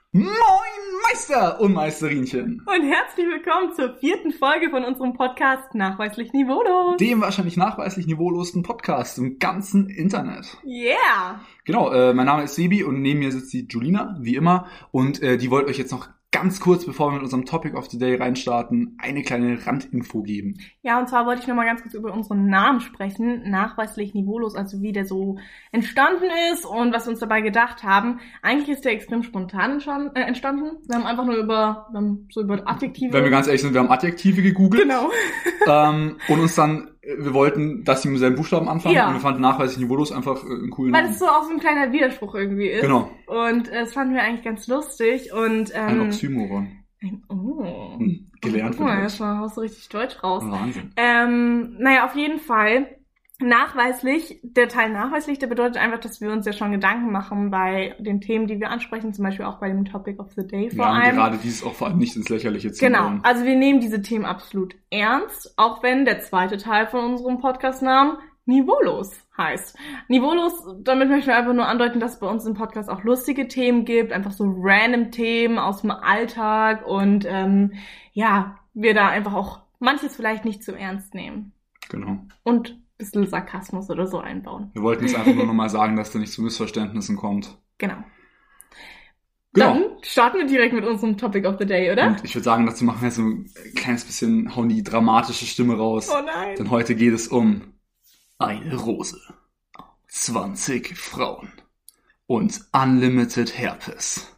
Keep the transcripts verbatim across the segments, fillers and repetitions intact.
Moin Meister und Meisterinchen! Und herzlich willkommen zur vierten Folge von unserem Podcast Nachweislich Niveaulos. Dem wahrscheinlich nachweislich niveaulosen Podcast im ganzen Internet. Yeah! Genau, äh, mein Name ist Sebi und neben mir sitzt die Julina, wie immer. Und äh, die wollte euch jetzt noch ganz kurz, bevor wir mit unserem Topic of the Day reinstarten, eine kleine Randinfo geben. Ja, und zwar wollte ich nochmal ganz kurz über unseren Namen sprechen. Nachweislich niveaulos, also wie der so entstanden ist und was wir uns dabei gedacht haben. Eigentlich ist der extrem spontan schon, äh, entstanden. Wir haben einfach nur über, wir haben so über Adjektive... Wenn wir ganz ehrlich sind, wir haben Adjektive gegoogelt. Genau. ähm, und uns dann, wir wollten, dass sie mit selben Buchstaben anfangen. Ja. Und wir fanden nachweislich niveaulos einfach äh, einen coolen Weil Namen. es so auch so ein kleiner Widerspruch irgendwie ist. Genau. Und äh, das fanden wir eigentlich ganz lustig. Und, ähm, ein Oxymoron. Ein, oh. Hm, gelernt Guck mal, wird. jetzt mal haust du richtig Deutsch raus. Wahnsinn. Ähm, naja, auf jeden Fall nachweislich, der Teil nachweislich, der bedeutet einfach, dass wir uns ja schon Gedanken machen bei den Themen, die wir ansprechen, zum Beispiel auch bei dem Topic of the Day vor ja, allem. Ja, gerade dieses auch vor allem nicht ins Lächerliche ziehen Genau, wollen. also wir nehmen diese Themen absolut ernst, auch wenn der zweite Teil von unserem Podcast-Namen Niveaulos heißt. Niveaulos, damit möchten wir einfach nur andeuten, dass es bei uns im Podcast auch lustige Themen gibt, einfach so random Themen aus dem Alltag und ähm, ja, wir da einfach auch manches vielleicht nicht zu ernst nehmen. Genau. Und ein bisschen Sarkasmus oder so einbauen. Wir wollten jetzt einfach nur nochmal sagen, dass da nicht zu Missverständnissen kommt. Genau. Genau. Dann starten wir direkt mit unserem Topic of the Day, oder? Und ich würde sagen, dazu machen wir so ein kleines bisschen, hauen die dramatische Stimme raus. Oh nein. Denn heute geht es um eine Rose, zwanzig Frauen und Unlimited Herpes.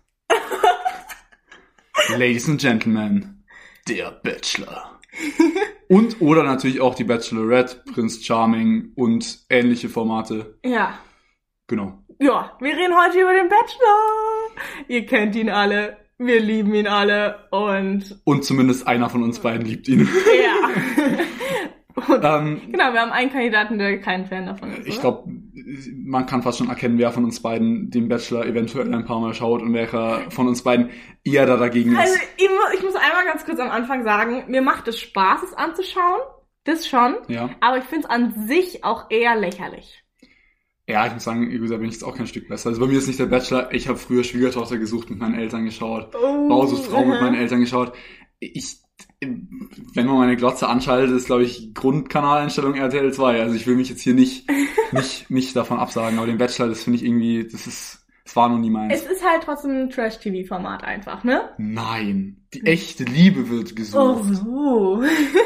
Ladies and Gentlemen, der Bachelor. Und oder natürlich auch die Bachelorette, Prince Charming und ähnliche Formate. Ja. Genau. Ja, wir reden heute über den Bachelor. Ihr kennt ihn alle, wir lieben ihn alle und... Und zumindest einer von uns beiden liebt ihn. Ja. Und, ähm, genau, wir haben einen Kandidaten, der kein Fan davon ist. Ich glaube, man kann fast schon erkennen, wer von uns beiden den Bachelor eventuell ein paar Mal schaut und welcher von uns beiden eher da dagegen ist. Also ich muss, ich muss einmal ganz kurz am Anfang sagen, mir macht es Spaß, es anzuschauen. Das schon. Ja. Aber ich finde es an sich auch eher lächerlich. Ja, ich muss sagen, da bin ich jetzt auch kein Stück besser. Also bei mir ist nicht der Bachelor, ich habe früher Schwiegertochter gesucht mit meinen Eltern geschaut. Oh, Bausus Frau uh-huh. mit meinen Eltern geschaut. Ich, wenn man meine Glotze anschaltet, ist, glaube ich, Grundkanaleinstellung R T L zwei. Also ich will mich jetzt hier nicht, nicht, nicht davon absagen. Aber den Bachelor, das finde ich irgendwie, das ist, das war noch nie meins. Es ist halt trotzdem ein Trash-T V-Format einfach, ne? Nein, die echte Liebe wird gesucht. Oh so.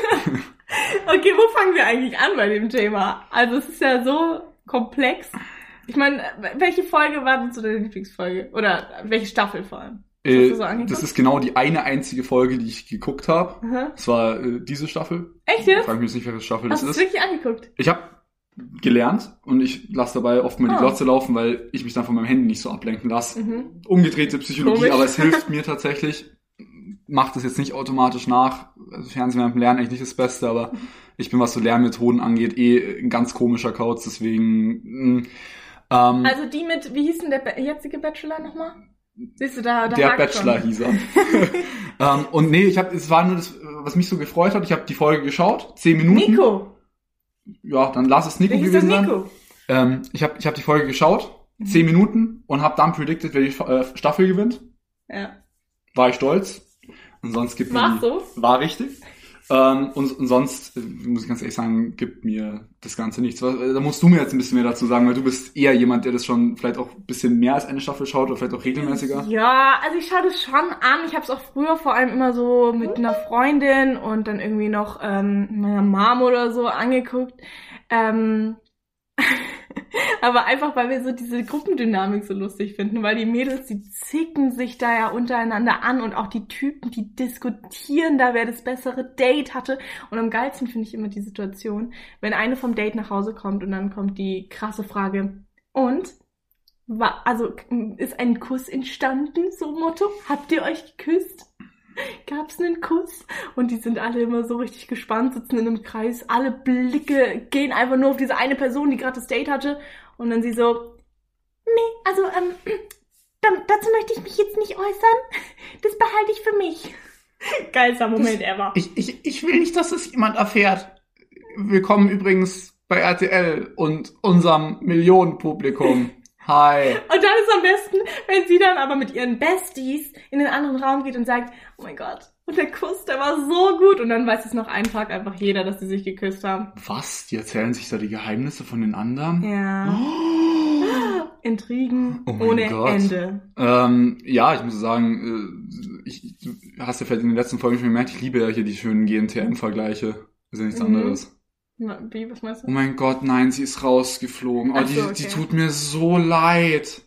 Okay, wo fangen wir eigentlich an bei dem Thema? Also es ist ja so komplex. Ich meine, welche Folge war denn so deine Lieblingsfolge? Oder welche Staffel vor allem? Äh, so das ist genau die eine einzige Folge, die ich geguckt habe. Uh-huh. Das war äh, diese Staffel. Echt jetzt? Ich frage mich jetzt nicht, welche Staffel Hast das ist. ist. Hast du wirklich angeguckt? Ich habe gelernt und ich lasse dabei oft mal die oh. Glotze laufen, weil ich mich dann von meinem Handy nicht so ablenken lasse. Mhm. Umgedrehte Psychologie, Komisch. Aber es hilft mir tatsächlich. Macht das jetzt nicht automatisch nach. Also Fernsehen beim Lernen eigentlich nicht das Beste, aber ich bin, was so Lernmethoden angeht, eh ein ganz komischer Kauz, deswegen... Mh, ähm, also die mit, wie hieß denn der ba- jetzige Bachelor nochmal? Siehst du, da, da Der Bachelor schon. hieß er. ähm, und nee, ich habe, es war nur das, was mich so gefreut hat. Ich habe die Folge geschaut, zehn Minuten. Nico. Ja, dann lass es Nico Wer hieß gewesen das sein. Nico? Ähm, ich habe, ich habe die Folge geschaut, mhm. zehn Minuten und habe dann predicted, wer die äh, Staffel gewinnt. Ja. War ich stolz. Und sonst gibt War's mir so? War richtig. Ähm, und, und sonst, muss ich ganz ehrlich sagen, gibt mir das Ganze nichts. Da musst du mir jetzt ein bisschen mehr dazu sagen, weil du bist eher jemand, der das schon vielleicht auch ein bisschen mehr als eine Staffel schaut oder vielleicht auch regelmäßiger. Ja, also ich schaue das schon an. Ich habe es auch früher vor allem immer so mit einer Freundin und dann irgendwie noch ähm, meiner Mom oder so angeguckt. Ähm, aber einfach, weil wir so diese Gruppendynamik so lustig finden, weil die Mädels, die zicken sich da ja untereinander an und auch die Typen, die diskutieren da, wer das bessere Date hatte. Und am geilsten finde ich immer die Situation, wenn eine vom Date nach Hause kommt und dann kommt die krasse Frage, und? War, also, ist ein Kuss entstanden, so Motto? Habt ihr euch geküsst? Gab's einen Kuss? Und die sind alle immer so richtig gespannt, sitzen in einem Kreis. Alle Blicke gehen einfach nur auf diese eine Person, die gerade das Date hatte. Und dann sie so, nee, also, ähm, dann, dazu möchte ich mich jetzt nicht äußern. Das behalte ich für mich. Geilster Moment das, ever. Ich, ich, ich will nicht, dass das jemand erfährt. Willkommen übrigens bei R T L und unserem Millionenpublikum. Hi. Und dann es am besten, wenn sie dann aber mit ihren Besties in den anderen Raum geht und sagt, oh mein Gott, und der Kuss, der war so gut. Und dann weiß es noch einen Tag einfach jeder, dass sie sich geküsst haben. Was? Die erzählen sich da die Geheimnisse von den anderen? Ja. Oh. Intrigen Oh mein ohne Gott. Ende. Ähm, ja, ich muss sagen, äh, ich, du hast ja vielleicht in den letzten Folgen schon gemerkt, ich liebe ja hier die schönen G N T M-Vergleiche. Das ist ja nichts Mhm. anderes. Na, wie, was meinst Oh du? mein Gott, nein, sie ist rausgeflogen. Oh, Ach die, so, okay. die tut mir so leid.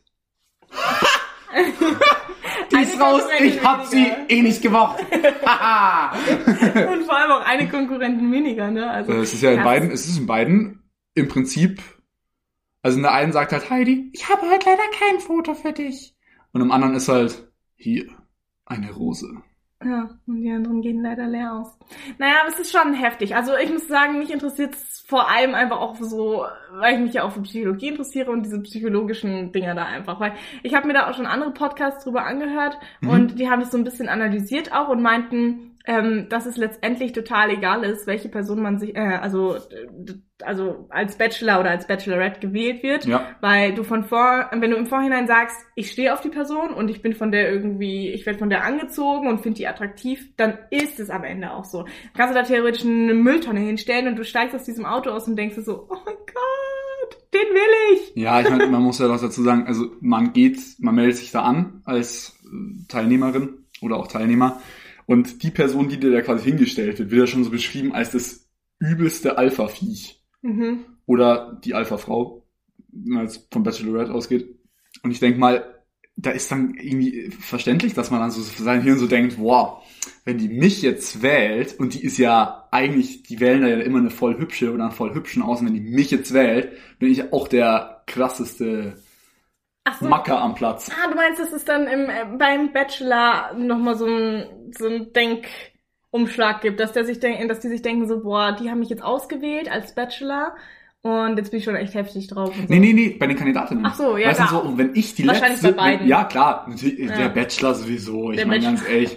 Die Eine ist raus, Konkurrentin ich hab sie weniger. eh nicht gemocht. Haha. Und vor allem auch eine Konkurrentin weniger, ne? Also, Äh, es ist ja in das- beiden, es ist in beiden im Prinzip, also in der einen sagt halt Heidi, ich habe heute leider kein Foto für dich. Und im anderen ist halt, hier, eine Rose. Ja, und die anderen gehen leider leer aus. Naja, aber es ist schon heftig. Also ich muss sagen, mich interessiert es vor allem einfach auch so, weil ich mich ja auch für Psychologie interessiere und diese psychologischen Dinger da einfach. Weil ich habe mir da auch schon andere Podcasts drüber angehört Mhm. und die haben das so ein bisschen analysiert auch und meinten, ähm, dass es letztendlich total egal ist, welche Person man sich, äh, also, d- also als Bachelor oder als Bachelorette gewählt wird. Ja. Weil du von vor, wenn du im Vorhinein sagst, ich stehe auf die Person und ich bin von der irgendwie, ich werde von der angezogen und finde die attraktiv, dann ist es am Ende auch so. Dann kannst du da theoretisch eine Mülltonne hinstellen und du steigst aus diesem Auto aus und denkst dir so, oh mein Gott, den will ich. Ja, ich meine, man muss ja was dazu sagen, also man geht, man meldet sich da an als äh, Teilnehmerin oder auch Teilnehmer und die Person, die dir da quasi hingestellt wird, wird ja schon so beschrieben als das übelste Alpha-Viech Mhm. oder die Alpha-Frau, wenn man jetzt vom Bachelorette ausgeht. Und ich denke mal, da ist dann irgendwie verständlich, dass man dann so sein Hirn so denkt, wow, wenn die mich jetzt wählt, und die ist ja eigentlich, die wählen da ja immer eine voll hübsche oder einen voll hübschen aus, und wenn die mich jetzt wählt, bin ich auch der krasseste Ach so. Macker am Platz. Ah, du meinst, das ist dann im, äh, beim Bachelor nochmal so ein, so ein Denkumschlag gibt, dass der sich denkt, dass die sich denken so, boah, die haben mich jetzt ausgewählt als Bachelor und jetzt bin ich schon echt heftig drauf. Und so. Nee, nee, nee, bei den Kandidatinnen. Ach so, ja, weißt du, klar. so, und wenn ich die Wahrscheinlich letzte, bei beiden. Wenn, ja klar, natürlich, Ja. der Bachelor sowieso, ich Der meine Bachelor. ganz ehrlich,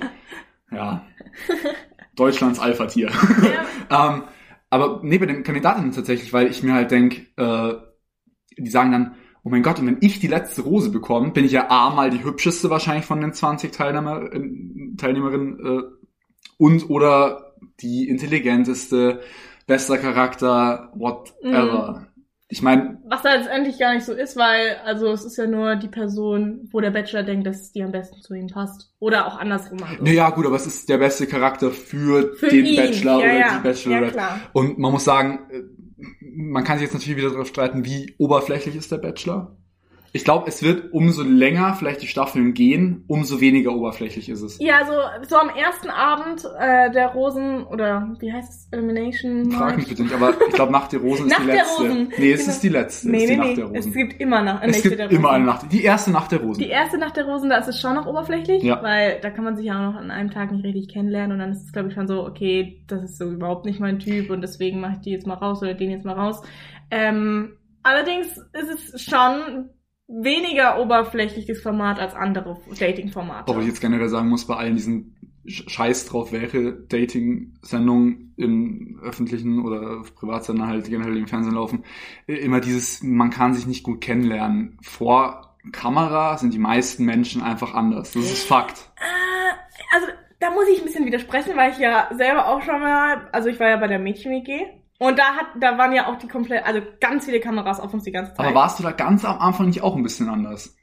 ja, Deutschlands Alpha-Tier. Ja. ähm, aber nee, bei den Kandidatinnen tatsächlich, weil ich mir halt denk, äh, die sagen dann, oh mein Gott, und wenn ich die letzte Rose bekomme, bin ich ja A, mal die hübscheste wahrscheinlich von den zwanzig Teilnehmer, Teilnehmerinnen äh, und oder die intelligenteste, bester Charakter, whatever. Ich meine, Was da letztendlich gar nicht so ist, weil, also es ist ja nur die Person, wo der Bachelor denkt, dass die am besten zu ihm passt. Oder auch andersrum. Also. naja, gut, aber es ist der beste Charakter für, Für den ihn. Bachelor Ja, oder ja. die Bachelorette. Ja, klar. Und man muss sagen, äh, man kann sich jetzt natürlich wieder darauf streiten, wie oberflächlich ist der Bachelor. Ich glaube, es wird umso länger vielleicht die Staffeln gehen, umso weniger oberflächlich ist es. Ja, so, so am ersten Abend äh, der Rosen, oder wie heißt es, Elimination Frag mich Night? bitte nicht, aber ich glaube, Nacht der Rosen ist Nacht die der letzte. Rosen. Nee, es Genau. ist die letzte. Nee, es ist nee, die Nacht nee, der Rosen. es gibt immer eine Es Nächte gibt der Rosen. immer eine Nacht. Die erste Nacht der Rosen. Die erste Nacht der Rosen, da ist es schon noch oberflächlich, Ja. weil da kann man sich ja auch noch an einem Tag nicht richtig kennenlernen und dann ist es, glaube ich, schon so, okay, das ist so überhaupt nicht mein Typ und deswegen mache ich die jetzt mal raus oder den jetzt mal raus. Ähm, allerdings ist es schon weniger oberflächliches Format als andere Dating-Formate. Obwohl ich jetzt generell sagen muss, bei allen diesen Sch- Scheiß drauf, welche Dating-Sendungen im öffentlichen oder auf Privatsender halt generell im Fernsehen laufen, äh, immer dieses, man kann sich nicht gut kennenlernen. Vor Kamera sind die meisten Menschen einfach anders. Das ist Fakt. Äh, also da muss ich ein bisschen widersprechen, weil ich ja selber auch schon mal, also ich war ja bei der Mädchen-W G und da hat, da waren ja auch die komplett, also ganz viele Kameras auf uns die ganze Zeit. Aber warst du da ganz am Anfang nicht auch ein bisschen anders?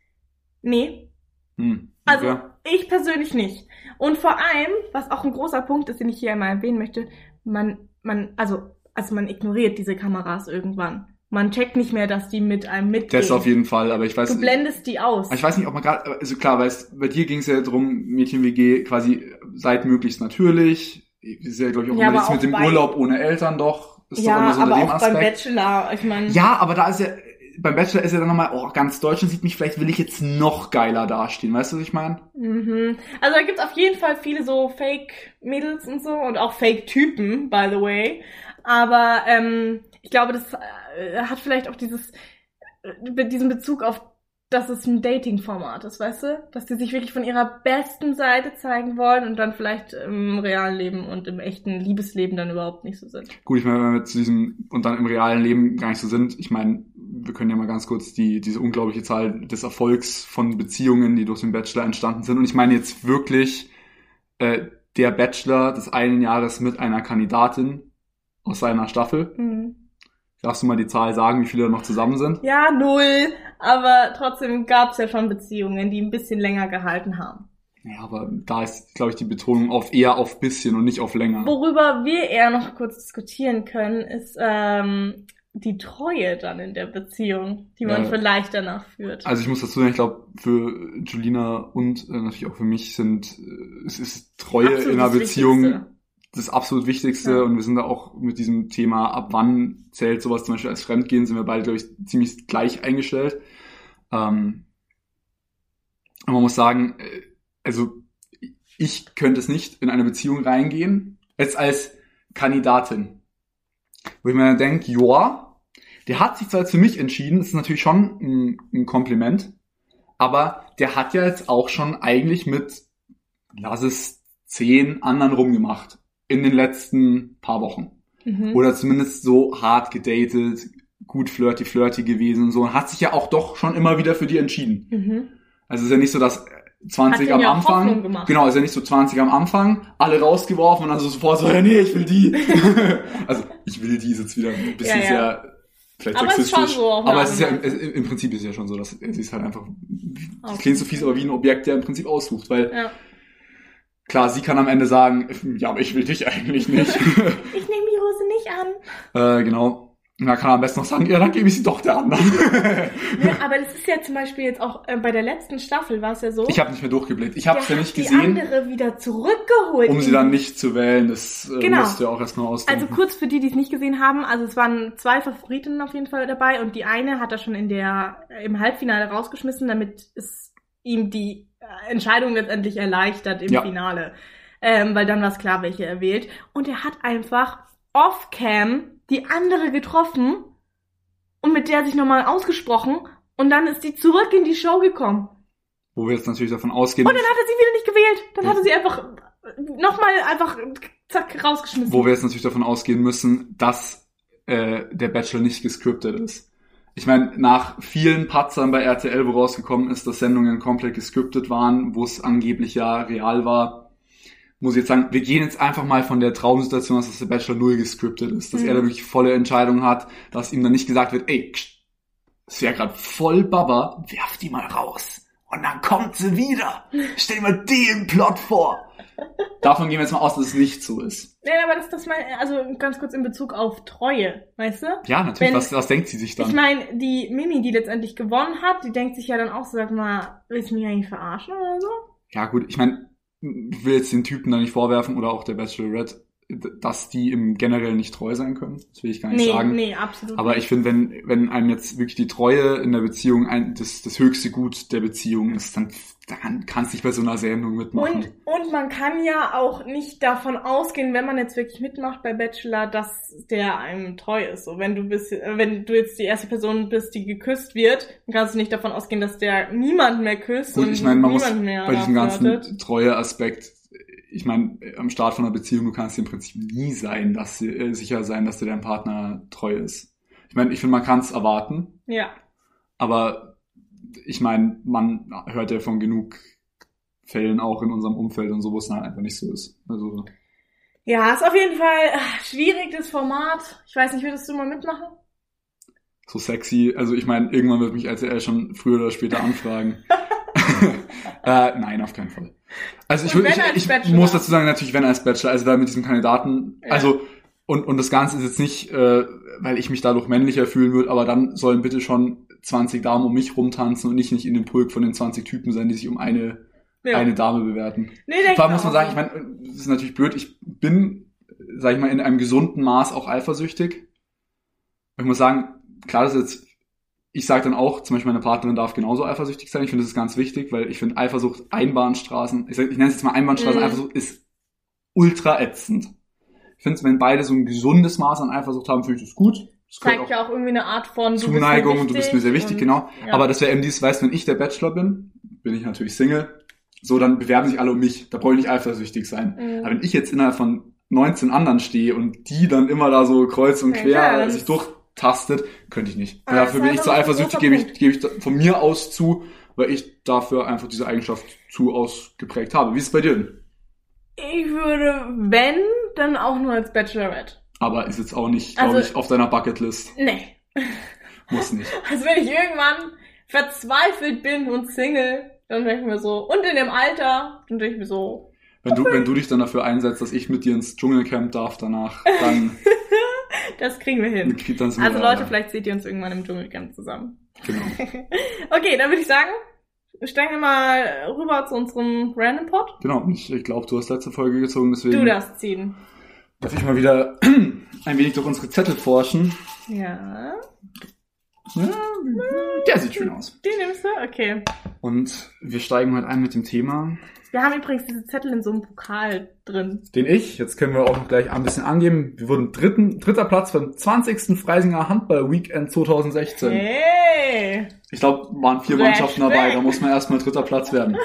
Nee, Hm. also Okay. ich persönlich nicht. Und vor allem, was auch ein großer Punkt ist, den ich hier einmal erwähnen möchte, man, man, also, also man ignoriert diese Kameras irgendwann. Man checkt nicht mehr, dass die mit einem mitgehen. Das auf jeden Fall, aber ich weiß Du blendest die aus. Ich weiß nicht, ob man gerade, also klar, weil es, bei dir ging es ja darum, Mädchen-W G quasi seid möglichst natürlich. Ist ja, glaube ich, auch Ja, immer aber das mit auch dem bei- Urlaub ohne Eltern doch. Ist ja, doch immer so aber unter dem auch beim Aspekt. Bachelor, ich meine. Ja, aber da ist ja, beim Bachelor ist ja dann nochmal, oh, ganz Deutschland sieht mich, vielleicht will ich jetzt noch geiler dastehen. Weißt du, was ich meine? Mhm. Also da gibt's auf jeden Fall viele so Fake-Mädels und so und auch Fake-Typen, by the way. Aber ähm, ich glaube, das äh, hat vielleicht auch dieses äh, diesen Bezug auf, dass es ein Dating-Format ist, weißt du? Dass die sich wirklich von ihrer besten Seite zeigen wollen und dann vielleicht im realen Leben und im echten Liebesleben dann überhaupt nicht so sind. Gut, ich meine, wenn wir zu diesem und dann im realen Leben gar nicht so sind, ich meine, wir können ja mal ganz kurz die diese unglaubliche Zahl des Erfolgs von Beziehungen, die durch den Bachelor entstanden sind. Und ich meine jetzt wirklich äh, der Bachelor des einen Jahres mit einer Kandidatin aus seiner Staffel. Mhm. Darfst du mal die Zahl sagen, wie viele da noch zusammen sind? Ja, null. Aber trotzdem gab es ja schon Beziehungen, die ein bisschen länger gehalten haben. Ja, aber da ist, glaube ich, die Betonung auf eher auf bisschen und nicht auf länger. Worüber wir eher noch kurz diskutieren können, ist ähm, die Treue dann in der Beziehung, die man ja vielleicht danach führt. Also ich muss dazu sagen, ich glaube, für Julina und äh, natürlich auch für mich sind, äh, es ist Treue absolut in einer Beziehung Wichtigste. Das absolut Wichtigste. Ja. Und wir sind da auch mit diesem Thema, ab wann zählt sowas zum Beispiel als Fremdgehen, sind wir beide, glaube ich, ziemlich gleich eingestellt. Ähm, und man muss sagen, äh, also ich könnte es nicht in eine Beziehung reingehen, jetzt als Kandidatin. Wo ich mir dann denke, joa, der hat sich zwar jetzt für mich entschieden, das ist natürlich schon ein, ein Kompliment, aber der hat ja jetzt auch schon eigentlich mit, lass es, zehn anderen rumgemacht in den letzten paar Wochen. Mhm. Oder zumindest so hart gedatet, gut flirty, flirty gewesen und so, und hat sich ja auch doch schon immer wieder für die entschieden. Mhm. Also es ist ja nicht so, dass zwanzig am Anfang, genau, ist ja nicht so zwanzig am Anfang, alle rausgeworfen und dann so sofort so, ja, nee, ich will die. Also, ich will die ist jetzt wieder ein bisschen ja, ja. sehr, vielleicht aber sexistisch. Es ist schon so aber es ist ja, im, im Prinzip ist es ja schon so, dass sie ist halt einfach, okay. Das klingt so fies, aber wie ein Objekt, der im Prinzip aussucht, weil, ja. Klar, sie kann am Ende sagen, ja, aber ich will dich eigentlich nicht. Ich nehme die Hose nicht an. Äh, genau. Und da kann er am besten noch sagen, ja, dann gebe ich sie doch der anderen. Ja, aber das ist ja zum Beispiel jetzt auch, äh, bei der letzten Staffel war es ja so. Ich habe nicht mehr durchgeblickt. Ich habe es ja nicht gesehen. Die andere wieder zurückgeholt. Um sie dann nicht zu wählen, das äh, genau. musst du ja auch erst noch ausdenken. Also kurz für die, die es nicht gesehen haben, also es waren zwei Favoritinnen auf jeden Fall dabei und die eine hat er schon in der, im Halbfinale rausgeschmissen, damit es ihm die Entscheidung letztendlich erleichtert im ja. Finale. Ähm, weil dann war es klar, welche er wählt. Und er hat einfach off-cam die andere getroffen und mit der sich nochmal ausgesprochen und dann ist die zurück in die Show gekommen. Wo wir jetzt natürlich davon ausgehen... Und dann hat er sie wieder nicht gewählt. Dann hat er sie einfach nochmal einfach zack rausgeschmissen. Wo wir jetzt natürlich davon ausgehen müssen, dass äh, der Bachelor nicht gescriptet ist. Ich meine, nach vielen Patzern bei R T L, wo rausgekommen ist, dass Sendungen komplett gescriptet waren, wo es angeblich ja real war, muss ich jetzt sagen, wir gehen jetzt einfach mal von der Traumsituation aus, dass der Bachelor null gescriptet ist, dass mhm. er da wirklich volle Entscheidung hat, dass ihm dann nicht gesagt wird, ey, es wäre gerade voll Baba, werf die mal raus und dann kommt sie wieder. Stell dir mal den Plot vor. Davon gehen wir jetzt mal aus, dass es nicht so ist. Ja, aber das, das mal, also ganz kurz in Bezug auf Treue, weißt du? Ja, natürlich. Wenn, was, was denkt sie sich dann? Ich meine, die Mimi, die letztendlich gewonnen hat, die denkt sich ja dann auch so, sag mal, willst du mich eigentlich verarschen oder so? Ja gut, ich meine, ich will jetzt den Typen da nicht vorwerfen oder auch der Bachelorette, dass die im generell nicht treu sein können. Das will ich gar nicht nee, sagen. Nee, absolut Aber nicht. ich finde, wenn wenn einem jetzt wirklich die Treue in der Beziehung ein, das, das höchste Gut der Beziehung ist, dann, dann kannst du nicht bei so einer Sendung mitmachen. Und, und man kann ja auch nicht davon ausgehen, wenn man jetzt wirklich mitmacht bei Bachelor, dass der einem treu ist. So, wenn du bist, wenn du jetzt die erste Person bist, die geküsst wird, dann kannst du nicht davon ausgehen, dass der niemand mehr küsst. Gut, und ich meine, man muss mehr bei diesem ganzen Treue-Aspekt, ich meine, am Start von einer Beziehung, du kannst dir im Prinzip nie sein, dass äh, sicher sein, dass dir dein Partner treu ist. Ich meine, ich finde, man kann es erwarten. Ja. Aber ich meine, man hört ja von genug Fällen auch in unserem Umfeld und so, wo es dann einfach nicht so ist. Also ja, ist auf jeden Fall äh, schwierig, das Format. Ich weiß nicht, würdest du mal mitmachen? So sexy. Also ich meine, irgendwann wird mich R T L schon früher oder später anfragen. äh, nein, auf keinen Fall. Also ich, würde, ich, ich muss dazu sagen, natürlich, wenn als Bachelor, also da mit diesem Kandidaten, ja. also und und das Ganze ist jetzt nicht, äh, weil ich mich dadurch männlicher fühlen würde, aber dann sollen bitte schon zwanzig Damen um mich rumtanzen und nicht nicht in dem Pulk von den zwanzig Typen sein, die sich um eine ja. eine Dame bewerten. Nee, vor allem muss man sagen, ich meine, das ist natürlich blöd, ich bin, sag ich mal, in einem gesunden Maß auch eifersüchtig. Ich muss sagen, klar, das ist jetzt, ich sage dann auch, zum Beispiel meine Partnerin darf genauso eifersüchtig sein. Ich finde, das ist ganz wichtig, weil ich finde Eifersucht, Einbahnstraßen, ich, sag, ich nenne es jetzt mal Einbahnstraßen, mm. Eifersucht ist ultra ätzend. Ich finde, wenn beide so ein gesundes Maß an Eifersucht haben, finde ich das gut. Das zeigt ja auch irgendwie eine Art von du Zuneigung und du bist mir sehr wichtig, und, genau. Ja. Aber das wäre eben dieses, weißt, wenn ich der Bachelor bin, bin ich natürlich Single, so, dann bewerben sich alle um mich. Da brauche ich nicht eifersüchtig sein. Mm. Aber wenn ich jetzt innerhalb von neunzehn anderen stehe und die dann immer da so kreuz und quer ja, klar, sich durch tastet, könnte ich nicht. Ah, Dafür bin das ich ist zu ein eifersüchtig, großer gebe ich, Punkt. gebe ich von mir aus zu, weil ich dafür einfach diese Eigenschaft zu ausgeprägt habe. Wie ist es bei dir denn? Ich würde, wenn, dann auch nur als Bachelorette. Aber ist jetzt auch nicht, glaube Also- ich, auf deiner Bucketlist. Nee. Muss nicht. Also wenn ich irgendwann verzweifelt bin und Single, dann denke ich mir so, und in dem Alter, dann denke ich mir so, Wenn du, wenn du dich dann dafür einsetzt, dass ich mit dir ins Dschungelcamp darf danach, dann, das kriegen wir hin. dann sind Also wir, Leute, ja, vielleicht seht ihr uns irgendwann im Dschungelcamp zusammen. Genau. Okay, dann würde ich sagen, steigen wir mal rüber zu unserem Random Pod. Genau. Und ich, ich glaube, du hast letzte Folge gezogen, deswegen Du darfst ziehen. darf ich mal wieder ein wenig durch unsere Zettel forschen. Ja. Ja, der sieht schön aus. Den nimmst du? Okay. Und wir steigen heute ein mit dem Thema, Wir haben übrigens diese Zettel in so einem Pokal drin. den ich, jetzt können wir auch noch gleich ein bisschen angeben, wir wurden dritten, dritter Platz beim zwanzigsten Freisinger Handball-Weekend zwanzig sechzehn. Hey! Ich glaube, waren vier Respekt. Mannschaften dabei, da muss man erstmal dritter Platz werden.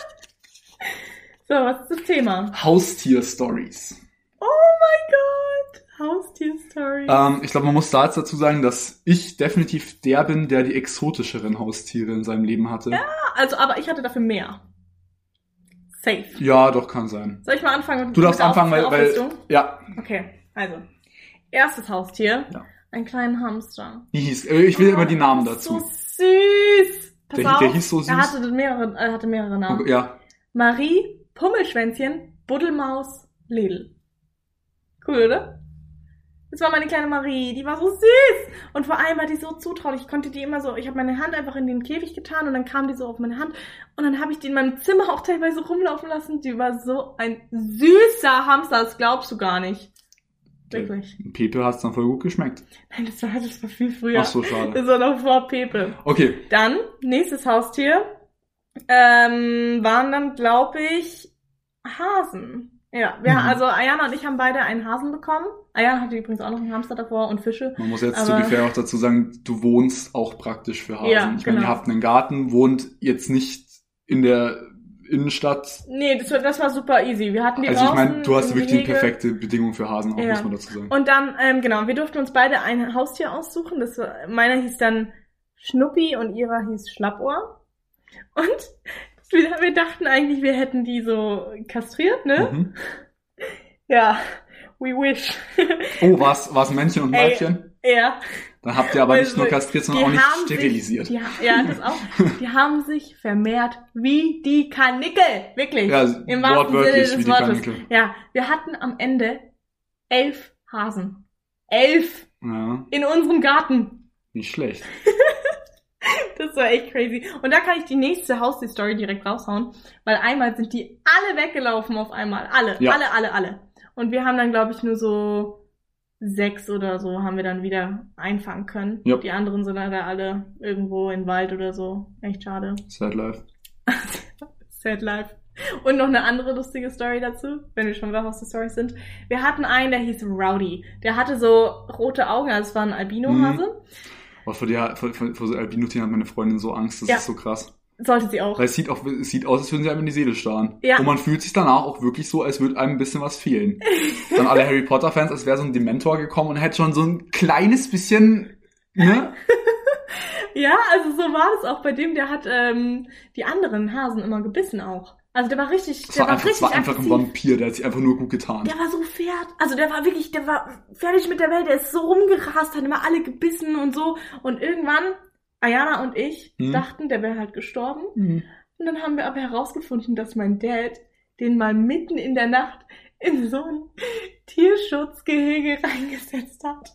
So, was ist das Thema? Haustier-Stories. Oh mein Gott! Haustier-Story. Ähm, ich glaube, man muss da jetzt dazu sagen, dass ich definitiv der bin, der die exotischeren Haustiere in seinem Leben hatte. Ja, Also, aber ich hatte dafür mehr. Safe. doch, kann sein. Soll ich mal anfangen mit Du darfst mit anfangen, weil, Auf- weil, Auflistung? ja, Okay, also. Erstes Haustier. Ja. Ein kleiner Hamster. wie hieß, äh, ich will immer die Namen Oh, dazu. So süß. Pass Der- auf, der hieß so süß. Er hatte mehrere, er hatte mehrere Namen. Okay, ja, Marie, Pummelschwänzchen, Buddelmaus, Lidl. Cool, oder? Das war meine kleine Marie, die war so süß. Und vor allem war die so zutraulich. Ich konnte die immer so, ich habe meine Hand einfach in den Käfig getan und dann kam die so auf meine Hand. Und dann habe ich die in meinem Zimmer auch teilweise rumlaufen lassen. Die war so ein süßer Hamster, das glaubst du gar nicht. Wirklich. Pepe hat's dann voll gut geschmeckt. Nein, das war, das war viel früher. Ach so, schade. Das war noch vor Pepe. Okay, Dann, nächstes Haustier, ähm, waren dann, glaube ich, Hasen. Ja, wir, Mhm. also Ayana und ich haben beide einen Hasen bekommen. Ayana hatte übrigens auch noch einen Hamster davor und Fische. man muss jetzt Aber- zu be fair auch dazu sagen, du wohnst auch praktisch für Hasen. Ja, ich meine, genau. ihr habt einen Garten, wohnt jetzt nicht in der Innenstadt. Nee, das war, das war super easy. Wir hatten die Also ich draußen meine, du hast im wirklich die Gehege. perfekte Bedingung für Hasen, auch Ja. muss man dazu sagen. Und dann, ähm, genau, wir durften uns beide ein Haustier aussuchen. Das war, meiner hieß dann Schnuppi und ihrer hieß Schlappohr. Und wir, wir dachten eigentlich, wir hätten die so kastriert, ne? Mhm. Ja, we wish. Oh, war's, war's ein Männchen und ein Ey, Weibchen? Ja. Dann habt ihr aber nicht Also, nur kastriert, sondern die auch nicht haben sterilisiert. Sich, ja, ja, das auch. Die haben sich vermehrt wie die Kanickel. Wirklich. Ja, Im wahrsten wortwörtlich Sinne wie des die Wortes. Kanickel. Ja, wir hatten am Ende elf Hasen. Elf Ja, in unserem Garten. nicht schlecht. Das war echt crazy. Und da kann ich die nächste Haustier-Story direkt raushauen, weil einmal sind die alle weggelaufen auf einmal. Alle, Ja. alle, alle, alle. Und wir haben dann, glaube ich, nur so sechs oder so haben wir dann wieder einfangen können. Ja. Die anderen sind leider alle irgendwo im Wald oder so. Echt schade. Sad life. Sad life. Und noch eine andere lustige Story dazu, wenn wir schon bei Haustier-Stories sind. Wir hatten einen, der hieß Rowdy. Der hatte so rote Augen, also es war ein Albino-Hase. Aber vor, der, vor, vor, vor so Albino-Tieren hat meine Freundin so Angst, das Ja. ist so krass. Sollte sie auch. Weil es sieht, auch, es sieht aus, als würden sie einem in die Seele starren. Ja. Und man fühlt sich danach auch wirklich so, als würde einem ein bisschen was fehlen. Dann alle Harry Potter-Fans, als wäre so ein Dementor gekommen und hätte schon so ein kleines bisschen, ne? Ja, also so war das auch bei dem, der hat ähm, die anderen Hasen immer gebissen auch. Also der war richtig, Das der war war einfach, das richtig war einfach ein aggressiv. Vampir, der hat sich einfach nur gut getan. Der war so fährt, also der war wirklich, der war fertig mit der Welt, der ist so rumgerast, hat immer alle gebissen und so. Und irgendwann, Ayana und ich Hm. dachten, der wäre halt gestorben. Mhm. Und dann haben wir aber herausgefunden, dass mein Dad den mal mitten in der Nacht in so ein Tierschutzgehege reingesetzt hat.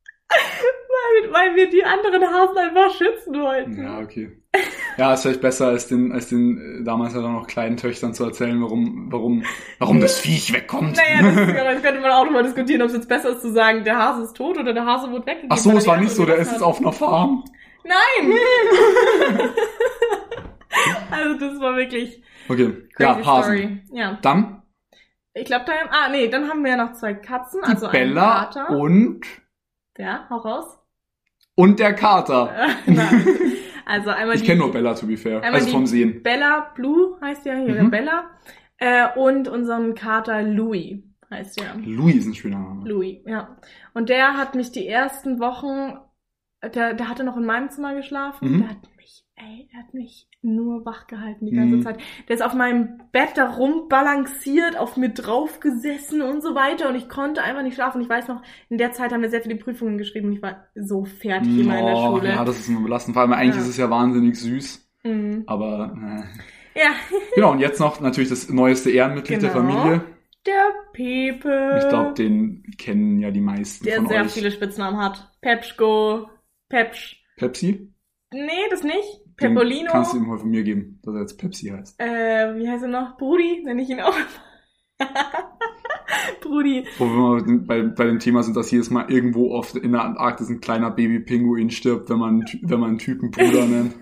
weil, weil wir die anderen Hasen einfach schützen wollten. Ja, okay. Ja, ist vielleicht besser, als den, als den äh, damals halt auch noch kleinen Töchtern zu erzählen, warum, warum, warum das Viech wegkommt. Naja, das, ja, das könnte man auch nochmal diskutieren, ob es jetzt besser ist zu sagen, der Hase ist tot oder der Hase wurde weggegeben. Ach so, weil er es die war nicht andere so, der ist gelassen jetzt hat. auf einer Farm. Nein! Also das war wirklich Okay, crazy ja, Hasen. Story. Ja. Dann Ich glaube, da, ah, nee, dann haben wir ja noch zwei Katzen, die also einen Bella Kater. und, Ja, hau raus. und der Kater. Nein. Also einmal Ich die kenne nur Bella, to be fair. einmal Also die vom Sehen. Bella Blue heißt ja hier, Mhm. Bella. Äh, und unseren Kater Louis heißt ja. Louis ist ein schöner Name. Louis, ja. Und der hat mich die ersten Wochen der, der hatte noch in meinem Zimmer geschlafen. Mhm. Der hat mich, ey, der hat mich nur wach gehalten die ganze Mhm. Zeit. Der ist auf meinem Bett da rumbalanciert, auf mir drauf gesessen und so weiter. Und ich konnte einfach nicht schlafen. Und ich weiß noch, in der Zeit haben wir sehr viele Prüfungen geschrieben. Und ich war so fertig immer in der Oh, Schule. ja, das ist immer belastend. Vor allem eigentlich Ja. ist es ja wahnsinnig süß. Mhm. Aber, äh. Ja, Genau, und jetzt noch natürlich das neueste Ehrenmitglied der Genau. Familie. der Pepe. Ich glaube, den kennen ja die meisten der von sehr euch. viele Spitznamen hat. Pepschko, Pepsch. Pepsi? Nee, das nicht. Den Peppolino. kannst du ihm mal von mir geben, dass er jetzt Pepsi heißt. Äh, wie heißt er noch? Brudi, nenne ich ihn auch. Brudi. Wo wir bei, bei dem Thema sind, dass jedes Mal irgendwo oft in der Antarktis ein kleiner Baby-Pinguin stirbt, wenn man, wenn man einen Typen Bruder nennt.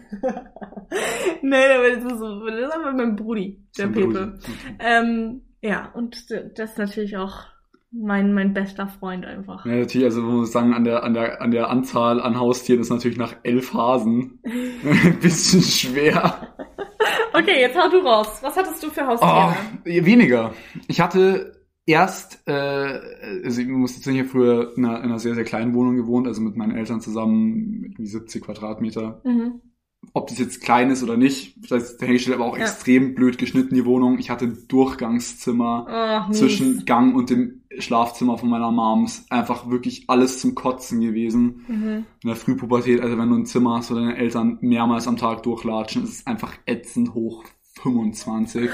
Nee, aber das ist so, das ist einfach mein Brudi, der Zum Pepe. Brudi. Okay. Ähm, ja, und das ist natürlich auch mein, mein bester Freund einfach. Ja, natürlich, also man muss sagen, an der, an der, an der Anzahl an Haustieren ist natürlich nach elf Hasen ein bisschen schwer. Okay, jetzt hau du raus. Was hattest du für Haustiere? Oh, weniger. Ich hatte erst, äh, also ich musste jetzt hier früher in einer, in einer sehr, sehr kleinen Wohnung gewohnt, also mit meinen Eltern zusammen irgendwie siebzig Quadratmeter. Mhm. Ob das jetzt klein ist oder nicht, das heißt, der Hersteller aber auch Ja. extrem blöd geschnitten, die Wohnung. Ich hatte ein Durchgangszimmer Oh, mies. zwischen Gang und dem Schlafzimmer von meiner Moms. Einfach wirklich alles zum Kotzen gewesen. Mhm. In der Frühpubertät, also wenn du ein Zimmer hast, wo deine Eltern mehrmals am Tag durchlatschen, ist es einfach ätzend hoch fünfundzwanzig.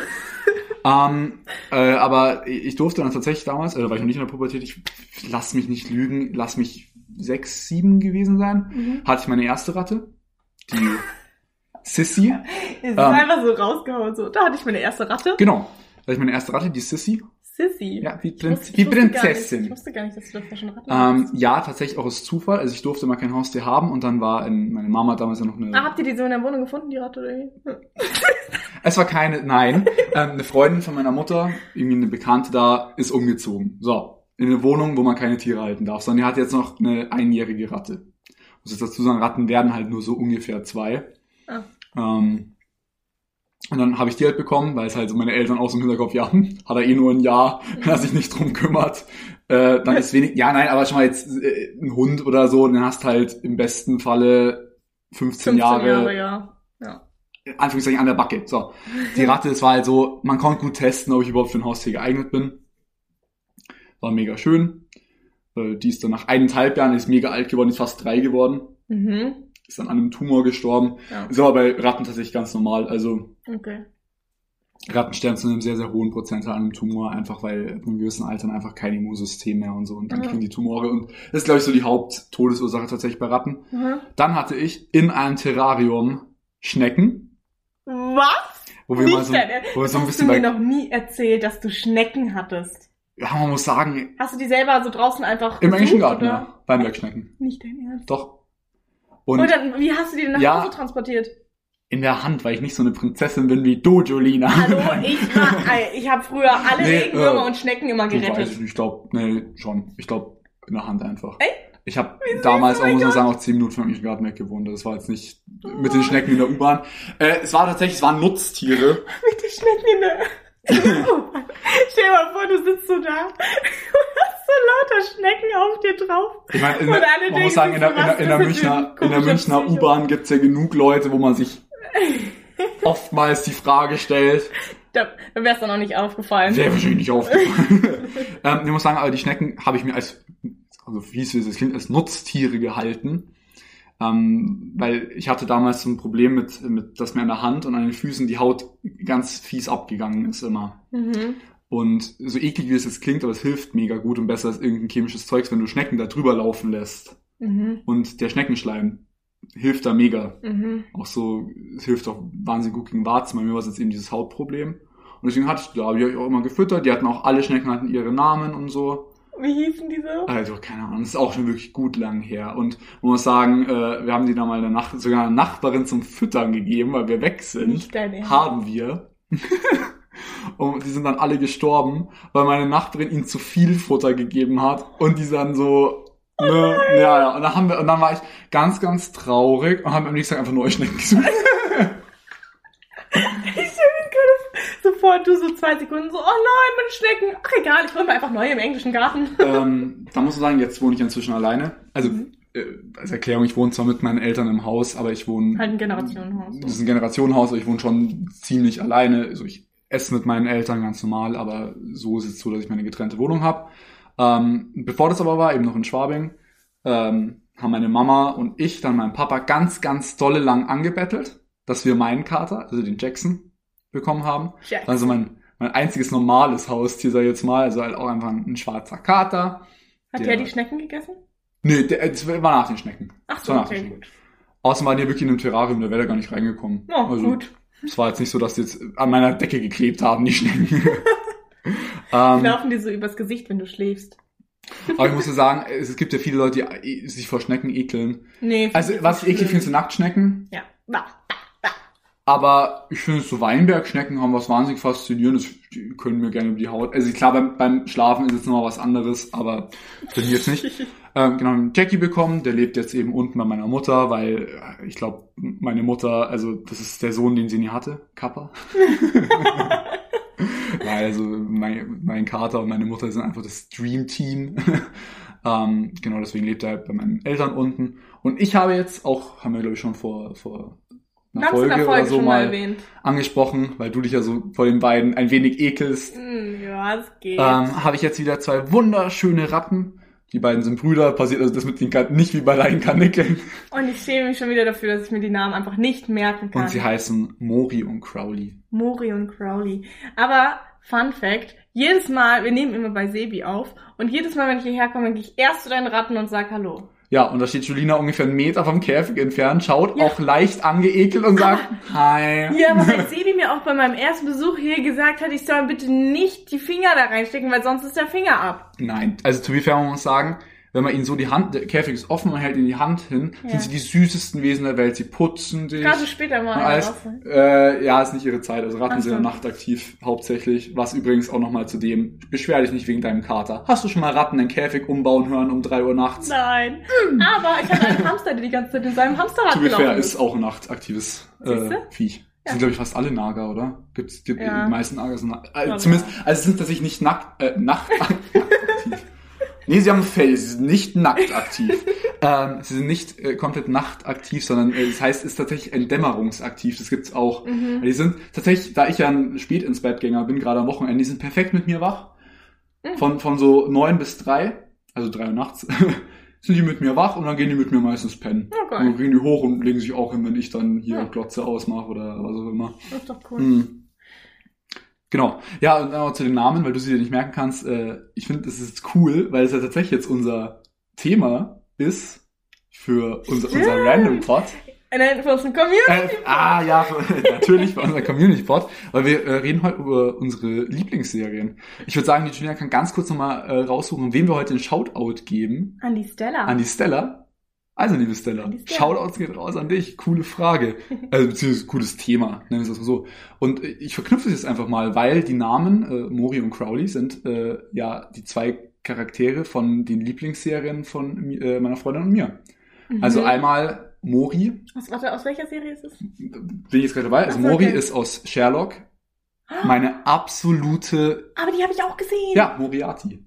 ähm, äh, aber ich durfte dann tatsächlich damals, äh, da war ich noch nicht in der Pubertät, ich lass mich nicht lügen, lass mich sechs, sieben gewesen sein, Mhm. hatte ich meine erste Ratte, die Sissy. Es ist Ähm. einfach so rausgehauen. So, da hatte ich meine erste Ratte. Genau, da hatte ich meine erste Ratte, die Sissy. Sissy. Ja, wie, Ich Prin wusste- wie ich wusste gar nicht- Prinzessin. Ich wusste gar nicht, dass du davor schon Ratten Ähm, hast. ja, tatsächlich auch aus Zufall. Also ich durfte mal kein Haustier haben und dann war in, meine Mama hat damals ja noch eine... Ah, habt ihr die so in der Wohnung gefunden, die Ratte oder wie? Es war keine, nein. ähm, eine Freundin von meiner Mutter, irgendwie eine Bekannte da, ist umgezogen. So, in eine Wohnung, wo man keine Tiere halten darf. Sondern die hat jetzt noch eine einjährige Ratte. Muss jetzt dazu sagen, Ratten werden halt nur so ungefähr zwei. Ah. Ähm, und dann habe ich die halt bekommen, weil es halt so meine Eltern auch so im Hinterkopf, ja, hat er eh nur ein Jahr, wenn er sich nicht drum kümmert. Äh, dann ist wenig, ja, nein, aber schon mal jetzt äh, ein Hund oder so, dann hast halt im besten Falle fünfzehn, Jahre, Jahre, ja. ja. in Anführungszeichen an der Backe. So, die Ratte, es war halt so, man konnte gut testen, ob ich überhaupt für ein Haustier geeignet bin. War mega schön. Äh, Die ist dann nach eineinhalb Jahren, ist mega alt geworden, ist fast drei geworden. Mhm. Ist dann an einem Tumor gestorben. Ja. Ist aber bei Ratten tatsächlich ganz normal. Also Okay. Ratten sterben zu einem sehr, sehr hohen Prozentteil an einem Tumor, einfach weil in einem gewissen Alter einfach kein Immunsystem mehr und so. Und dann Mhm. kriegen die Tumore. Und das ist, glaube ich, so die Haupttodesursache tatsächlich bei Ratten. Mhm. Dann hatte ich in einem Terrarium Schnecken, Was? wo wir Nicht mal so, dein Ernst? wo wir Das so ein hast bisschen du mir bei, noch nie erzählt, dass du Schnecken hattest. ja, man muss sagen, Hast du die selber so draußen einfach im gesucht, englischen Garten, oder? ja, beim Bergschnecken. Nicht dein Ernst. Doch. Und, Und dann, wie hast du die denn nach Ja. Hause transportiert? in der Hand, weil ich nicht so eine Prinzessin bin wie du, Jolina. Hallo, ich war, ich habe früher alle Nee, Regenwürmer äh, und Schnecken immer Du weißt gerettet. es nicht, ich glaube, nee, schon. Ich glaube, in der Hand einfach. Echt? Ich habe damals, Oh auch mein muss man Gott. sagen, auch zehn Minuten von meinem Garten weg gewohnt. Das war jetzt nicht mit den Schnecken in der U-Bahn. Äh, es war tatsächlich, es waren Nutztiere. Mit den Schnecken in der... Oh Mann. Stell dir mal vor, du sitzt so da und hast so lauter Schnecken auf dir drauf. Ich meine, in, Und alle man denken muss sagen, in der, in der, in der sich so, was Münchner, ist das für ein in der Münchner komischer Psycho? U-Bahn gibt's ja genug Leute, wo man sich oftmals die Frage stellt, Da wäre es dann auch nicht aufgefallen. wäre wahrscheinlich nicht aufgefallen. ähm, ich muss sagen, aber die Schnecken habe ich mir als, also wie es ist, klingt, als Nutztiere gehalten. Ähm, weil ich hatte damals so ein Problem mit, mit, dass mir an der Hand und an den Füßen die Haut ganz fies abgegangen ist immer. Mhm. Und so eklig wie es jetzt klingt, aber es hilft mega gut und besser als irgendein chemisches Zeugs, wenn du Schnecken da drüber laufen lässt. Mhm. Und der Schneckenschleim hilft da mega. Mhm. Auch so, es hilft auch wahnsinnig gut gegen Warzen. Bei mir war es jetzt eben dieses Hautproblem. Und deswegen hatte ich, da habe ich auch immer gefüttert. Die hatten auch, alle Schnecken hatten ihre Namen und so. Wie hießen die so? Also, keine Ahnung, das ist auch schon wirklich gut lang her. Und man muss sagen, äh, wir haben die da mal der Nacht, sogar einer Nachbarin zum Füttern gegeben, weil wir weg sind. Nicht dein Ernst. Haben wir. Und die sind dann alle gestorben, weil meine Nachbarin ihnen zu viel Futter gegeben hat. Und die dann so, Oh ne, ja, ja. Und dann haben wir, und dann war ich ganz, ganz traurig und haben am nächsten Tag einfach neue Schnecken gesucht. Ich stell mir gerade sofort du so zwei Sekunden so, oh nein, meine Schnecken. Ach egal, ich hol mir einfach neue im englischen Garten. ähm, da muss man sagen, jetzt wohne ich inzwischen alleine. Also, äh, als Erklärung, ich wohne zwar mit meinen Eltern im Haus, aber ich wohne... Halt ein Generationenhaus. Das ist ein Generationenhaus, aber ich wohne schon ziemlich alleine. Also ich esse mit meinen Eltern ganz normal, aber so ist es so, dass ich meine getrennte Wohnung habe. Ähm, bevor das aber war, eben noch in Schwabing, ähm, haben meine Mama und ich dann meinen Papa ganz, ganz dolle lang angebettelt, dass wir meinen Kater, also den Jackson, bekommen haben. Jackson. Also mein, mein einziges normales Haustier, sag ich jetzt mal, also halt auch einfach ein, ein schwarzer Kater. Hat der die Schnecken gegessen? Nee, der, das war nach den Schnecken. Ach so, okay, gut. Außerdem waren die wirklich in einem Terrarium, da wäre der gar nicht reingekommen. Oh, also, gut. Es war jetzt nicht so, dass die jetzt an meiner Decke geklebt haben, die Schnecken. ähm, laufen dir so übers Gesicht, wenn du schläfst. Aber ich muss dir sagen, es gibt ja viele Leute, die sich vor Schnecken ekeln. Nee. Also, was ich eklig finde, sind Nacktschnecken. Ja. Aber ich finde, so Weinbergschnecken haben was wahnsinnig Faszinierendes. Die können mir gerne über die Haut. Also klar, beim, beim Schlafen ist jetzt nochmal was anderes, aber finde ich jetzt nicht. ähm, genau, einen Jackie bekommen, der lebt jetzt eben unten bei meiner Mutter, weil ich glaube, meine Mutter, also das ist der Sohn, den sie nie hatte, Kappa. Weil also mein, mein Kater und meine Mutter sind einfach das Dream Team. ähm, genau, deswegen lebt er halt bei meinen Eltern unten. Und ich habe jetzt auch, haben wir glaube ich schon vor... vor eine Folge, Folge oder so schon mal erwähnt. Angesprochen, weil du dich ja so vor den beiden ein wenig ekelst. Mm, ja, es geht. Ähm, habe ich jetzt wieder zwei wunderschöne Ratten. Die beiden sind Brüder, passiert also das mit den Katzen nicht wie bei deinen Kanickeln. Und ich schäme mich schon wieder dafür, dass ich mir die Namen einfach nicht merken kann. Und sie heißen Mori und Crowley. Mori und Crowley. Aber, Fun Fact, jedes Mal, wir nehmen immer bei Sebi auf, und jedes Mal, wenn ich hierher komme, gehe ich erst zu deinen Ratten und sag Hallo. Ja, und da steht Julina ungefähr einen Meter vom Käfig entfernt, schaut ja. auch leicht angeekelt und sagt, aber, hi. Ja, aber als Sebi mir auch bei meinem ersten Besuch hier gesagt hat, ich soll bitte nicht die Finger da reinstecken, weil sonst ist der Finger ab. Nein, also to be fair, man muss sagen, wenn man ihnen so die Hand, der Käfig ist offen, man hält ihnen die Hand hin, ja. sind sie die süßesten Wesen der Welt. Sie putzen dich. Gerade später mal. Alles, äh, ja, ist nicht ihre Zeit. Also Ratten Ach sind so. ja nachtaktiv hauptsächlich. Was übrigens auch nochmal zu dem, beschwer dich nicht wegen deinem Kater. Hast du schon mal Ratten in den Käfig umbauen hören um drei Uhr nachts? Nein. Hm. Aber ich hatte einen Hamster, der die ganze Zeit in seinem Hamsterrad gelaufen ist. To be fair ist auch ein nachtaktives äh, Viech. Ja. Sind, glaube ich, fast alle Nager, oder? Gibt's, gibt, ja. Die meisten Nager sind, äh, zumindest, also sind tatsächlich nicht nackt, äh, nachtaktiv. Nee, sie haben ein Fell, sie sind nicht nackt aktiv. ähm, sie sind nicht äh, komplett nachtaktiv, sondern äh, das heißt, es ist tatsächlich ein Dämmerungsaktiv. Das gibt's auch. Mhm. Die sind tatsächlich, da ich ja ein spät ins Bettgänger bin, gerade am Wochenende, die sind perfekt mit mir wach. Mhm. Von von so neun bis drei, also drei Uhr nachts, sind die mit mir wach und dann gehen die mit mir meistens pennen. Okay. Und dann gehen die hoch und legen sich auch hin, wenn ich dann hier ja. Glotze ausmache oder was auch immer. Das ist doch cool. Mhm. Genau. Ja, und dann auch zu den Namen, weil du sie dir nicht merken kannst. Äh, ich finde, das ist cool, weil es ja tatsächlich jetzt unser Thema ist für unser, unser Random Pod. Nein, für unseren Community Pod. Äh, ah, ja, für, natürlich für unseren Community Pod, weil wir äh, reden heute über unsere Lieblingsserien. Ich würde sagen, die Julia kann ganz kurz nochmal äh, raussuchen, wem wir heute einen Shoutout geben. An die Stella. An die Stella. Also, liebe Stella, Shoutouts geht raus an dich. Coole Frage. Also, beziehungsweise cooles Thema, nennen wir es mal so. Und ich verknüpfe es jetzt einfach mal, weil die Namen äh, Mori und Crowley sind äh, ja die zwei Charaktere von den Lieblingsserien von äh, meiner Freundin und mir. Mhm. Also einmal Mori. Was, warte, aus welcher Serie ist es? Bin ich jetzt gerade dabei. Also, Ach, Mori okay. ist aus Sherlock. Meine absolute... Aber die habe ich auch gesehen. Ja, Moriarty.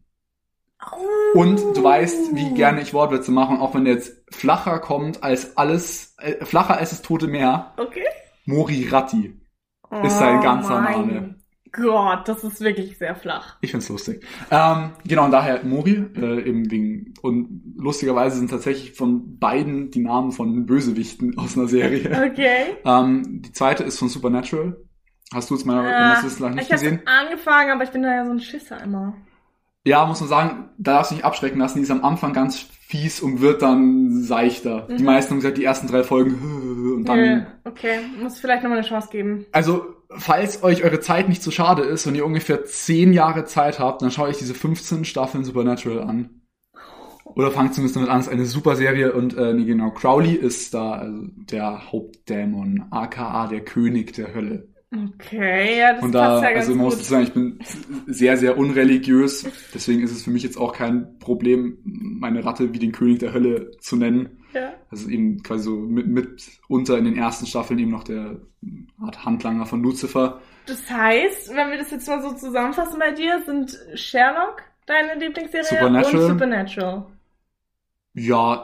Und du weißt, wie gerne ich Wortwitze mache, und auch wenn der jetzt flacher kommt als alles, äh, flacher als das Tote Meer. Okay. Moriarty oh, ist sein ganzer mein Name. Gott, das ist wirklich sehr flach. Ich find's lustig. Ähm, genau, und daher Mori, äh, eben wegen, und lustigerweise sind tatsächlich von beiden die Namen von Bösewichten aus einer Serie. Okay. Ähm, die zweite ist von Supernatural. Hast du es meiner äh, Wissens nicht ich gesehen? Ich habe angefangen, aber ich bin da ja so ein Schisser immer. Ja, muss man sagen, da darfst du nicht abschrecken lassen. Die ist am Anfang ganz fies und wird dann seichter. Mhm. Die meisten haben gesagt, die ersten drei Folgen und dann... Ja, okay, muss vielleicht nochmal eine Chance geben. Also, falls euch eure Zeit nicht zu schade ist und ihr ungefähr zehn Jahre Zeit habt, dann schaut euch diese fünfzehn Staffeln Supernatural an. Oder fangt zumindest damit an, es ist eine super Serie. Und äh, nee, genau, Crowley ist da also der Hauptdämon, aka der König der Hölle. Okay, ja, das und passt da, ja ganz also man muss gut. sagen, ich bin sehr, sehr unreligiös, deswegen ist es für mich jetzt auch kein Problem, meine Ratte wie den König der Hölle zu nennen. Ja. Also eben quasi so mit, mit unter in den ersten Staffeln eben noch der Art Handlanger von Lucifer. Das heißt, wenn wir das jetzt mal so zusammenfassen bei dir, sind Sherlock deine Lieblingsserie Supernatural. und Supernatural. Ja,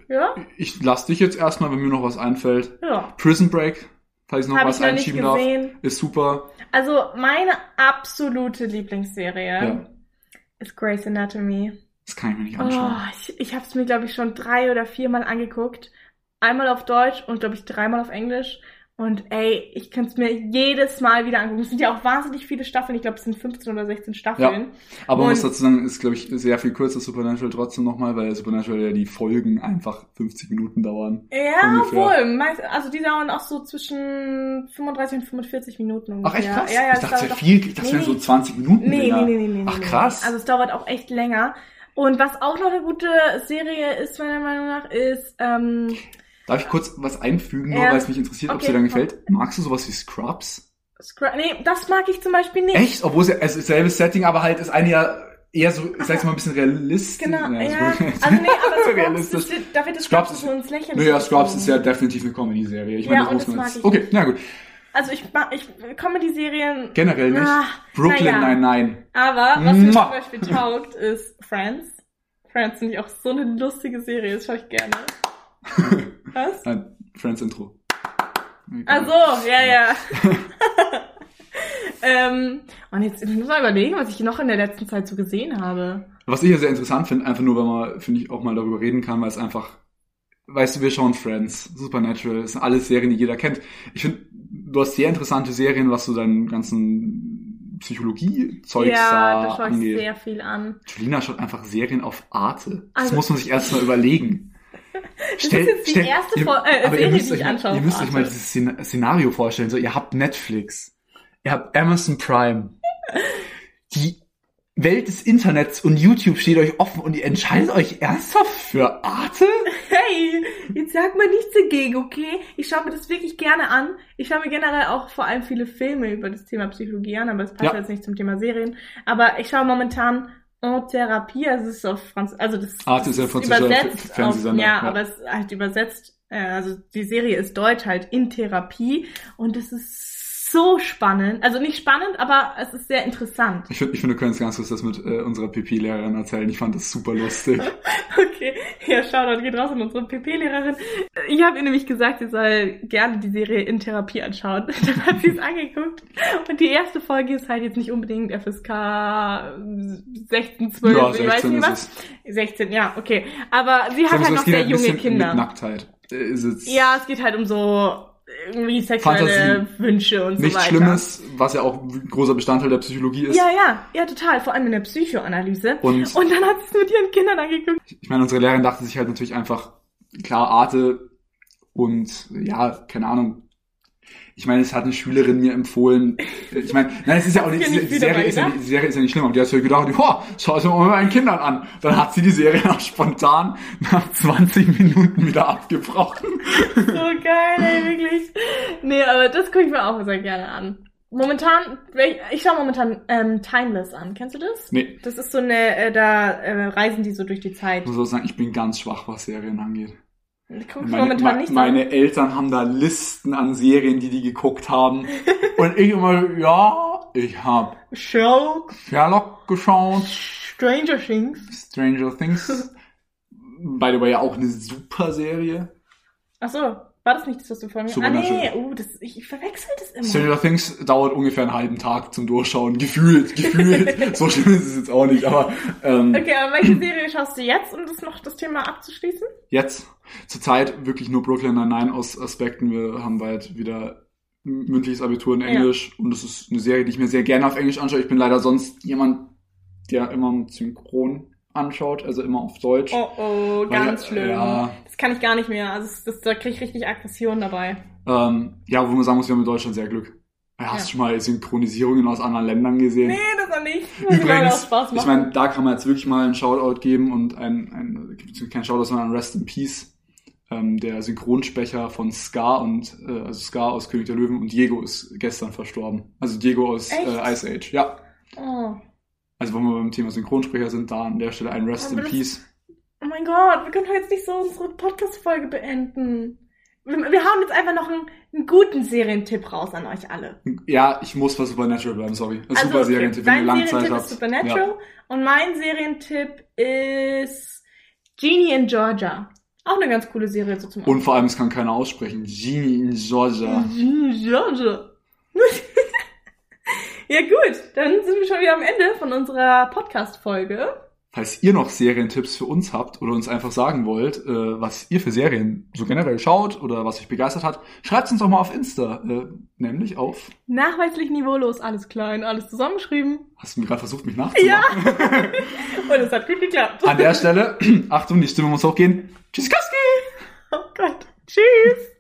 Ja? Ich lass dich jetzt erstmal, wenn mir noch was einfällt. Ja. Prison Break, falls ich noch Hab was ich noch nicht einschieben darf, gesehen. ist super. Also meine absolute Lieblingsserie Ja. ist Grey's Anatomy. Das kann ich mir nicht anschauen. Oh, ich ich habe es mir, glaube ich, schon drei oder viermal angeguckt. Einmal auf Deutsch und, glaube ich, dreimal auf Englisch. Und ey, ich könnte es mir jedes Mal wieder angucken. Es sind ja auch wahnsinnig viele Staffeln. Ich glaube, es sind fünfzehn oder sechzehn Staffeln. Aber man Und- muss dazu sagen, ist, glaube ich, sehr viel kürzer Supernatural trotzdem nochmal, weil Supernatural ja die Folgen einfach fünfzig Minuten dauern. Ja, ungefähr. wohl. Meist- Also die dauern auch so zwischen fünfunddreißig und fünfundvierzig Minuten ungefähr. Ach echt krass? Ja, ja, ich es dachte, es dauert wäre auch- viel, ich dachte, es Nee, wären so nee. zwanzig Minuten. Nee, Dinger. nee, nee, nee, nee. Ach nee. krass. Also es dauert auch echt länger. Und was auch noch eine gute Serie ist, meiner Meinung nach, ist, ähm, Darf ich kurz was einfügen, nur Ja. weil es mich interessiert, ob es Okay, dir dann gefällt? Magst du sowas wie Scrubs? Scrub- nee, das mag ich zum Beispiel nicht. Echt? Obwohl es ja, es ist selbes Setting, aber halt ist eine ja eher so, ich sag's mal, ein bisschen realistisch. Genau, ja. so- Also nee, aber Scrubs, realistisch. das, da wird das Scrubs Scrubs ist- so ins Lächeln Naja, Scrubs gezogen. ist ja definitiv eine Comedy-Serie. Ich Ja, meine, das und muss das man mag jetzt. ich Okay, na gut. Also ich mag, ich, Comedy-Serien, Generell nicht. Ah, Brooklyn naja. Nine-Nine. aber was mir Mua. zum Beispiel taugt, ist Friends. Friends finde ich auch so eine lustige Serie, das schaue ich gerne. Was? Nein, Friends Intro. Ach so, ja, ja. ähm, und jetzt ich muss mal überlegen, was ich noch in der letzten Zeit so gesehen habe. Was ich ja sehr interessant finde, einfach nur, weil man, finde ich, auch mal darüber reden kann, weil es einfach, weißt du, wir schauen Friends, Supernatural, das sind alles Serien, die jeder kennt. Ich finde, du hast sehr interessante Serien, was so deinen ganzen Psychologie-Zeugs Ja, da da schaue ich angeht. sehr viel an. Julina schaut einfach Serien auf Arte. Das Also- muss man sich erst mal überlegen. Das ist jetzt die erste Fol- äh, aber Serie, ihr müsst die euch ich mal, anschaue Ihr auf müsst euch mal Arte. dieses Szen- Szenario vorstellen. So, ihr habt Netflix, ihr habt Amazon Prime, die Welt des Internets und YouTube steht euch offen und ihr entscheidet euch ernsthaft für Arte? Hey, jetzt sag mal nichts dagegen, okay? Ich schaue mir das wirklich gerne an. Ich schaue mir generell auch vor allem viele Filme über das Thema Psychologie an, aber das passt Ja. jetzt nicht zum Thema Serien. Aber ich schaue momentan En Therapie, also es ist auf Franz, also das, Arte das ist ja französischer übersetzt F- Fernsehsender, auf, ja, ja. aber es ist halt übersetzt, äh, also die Serie ist deutsch halt in Therapie und es ist so spannend, also nicht spannend, aber es ist sehr interessant. Ich finde, ich find, du könntest ganz kurz das mit äh, unserer P P-Lehrerin erzählen. Ich fand das super lustig. Okay, ja, Shoutout geht raus an unsere P P-Lehrerin. Ich habe ihr nämlich gesagt, sie soll gerne die Serie in Therapie anschauen. Dann hat sie es angeguckt. Und die erste Folge ist halt jetzt nicht unbedingt F S K sechzehn, zwölf, Ja, ich weiß sechzehn nicht ist was. sechzehn, ja, okay. Aber sie hat Sagen wir halt so, noch es geht sehr halt ein junge bisschen Kinder. Mit Nacktheit. Äh, Ist jetzt Ja, es geht halt um so irgendwie sexuelle Fantasie. Wünsche und so nichts weiter. Schlimmes, was ja auch ein großer Bestandteil der Psychologie ist. Ja, ja, ja, total. Vor allem in der Psychoanalyse. Und- und dann hat sie es mit ihren Kindern angeguckt. Ich meine, unsere Lehrerin dachte sich halt natürlich einfach, klar, Arte und ja, keine Ahnung. Ich meine, es hat eine Schülerin mir empfohlen. Ich meine, nein, es ist ja auch nicht, Hast du die, nicht die, wieder Serie mal ist ja gedacht? nicht, die Serie ist ja nicht schlimm, aber die hat sich gedacht, boah, schau es mir mal meinen Kindern an. Dann hat sie die Serie nach spontan nach zwanzig Minuten wieder abgebrochen. So geil, ey, wirklich. Nee, aber das gucke ich mir auch sehr gerne an. Momentan, ich, ich schaue momentan ähm, Timeless an. Kennst du das? Nee, Das ist so eine, äh, da äh, reisen die so durch die Zeit. ich muss auch sagen, ich bin ganz schwach, was Serien angeht. Ich gucke ich Meine, momentan me- nicht meine an. Eltern haben da Listen an Serien, die die geguckt haben. Und ich immer, ja, ich habe Sherlock, Sherlock geschaut, Stranger Things. Stranger Things. By the way, auch eine super Serie. Ach so, war das nicht das, was du vorhin... Ah nee, Supernatural. uh, das, ich, ich verwechsel das immer. Stranger Things dauert ungefähr einen halben Tag zum Durchschauen. Gefühlt, gefühlt. So schlimm ist es jetzt auch nicht, aber ähm, Okay, aber welche Serie schaust du jetzt, um das noch das Thema abzuschließen? jetzt zurzeit wirklich nur Brooklyn Nine-Nine aus Aspekten. Wir haben bald wieder mündliches Abitur in Englisch und das ist eine Serie, die ich mir sehr gerne auf Englisch anschaue. Ich bin leider sonst jemand, der immer mit Synchron anschaut, also immer auf Deutsch. Oh oh, Weil, ganz schlimm. ja. Das kann ich gar nicht mehr. Also das, das, da kriege ich richtig Aggression dabei. Ähm, ja, wo man sagen muss, wir haben in Deutschland sehr Glück. Ja, hast Ja. du schon mal Synchronisierungen aus anderen Ländern gesehen? Nee, das noch nicht. Das würde mir auch Übrigens, Spaß machen. ich meine, da kann man jetzt wirklich mal einen Shoutout geben und ein, ein kein Shoutout, sondern ein Rest in Peace. Ähm, der Synchronsprecher von Scar und äh, also Scar aus König der Löwen und Diego ist gestern verstorben. Also Diego aus Echt? äh, Ice Age, ja. Oh. Also wenn wir beim Thema Synchronsprecher sind, da an der Stelle ein Rest Aber in das- Peace. Oh mein Gott, wir können doch jetzt nicht so unsere Podcast-Folge beenden. Wir, wir hauen jetzt einfach noch einen, einen guten Serientipp raus an euch alle. Ja, ich muss bei Supernatural bleiben, sorry. Das ist super okay, Serientipp, wenn ihr dein lange Zeit Serientipp habt. ist Supernatural und mein Serientipp ist Genie in Georgia. Auch eine ganz coole Serie so zum Und vor allem, es kann keiner aussprechen. Ginny Georgia. Ginny Georgia. Ja gut, dann sind wir schon wieder am Ende von unserer Podcast-Folge. Falls ihr noch Serientipps für uns habt oder uns einfach sagen wollt, äh, was ihr für Serien so generell schaut oder was euch begeistert hat, schreibt uns doch mal auf Insta, äh, nämlich auf... Nachweislich niveaulos, alles klein, alles zusammengeschrieben. Hast du mir gerade versucht, mich nachzumachen? Ja! Und es hat gut geklappt. An der Stelle, Achtung, die Stimme muss hochgehen. Tschüss, Kaski! Oh Gott, tschüss!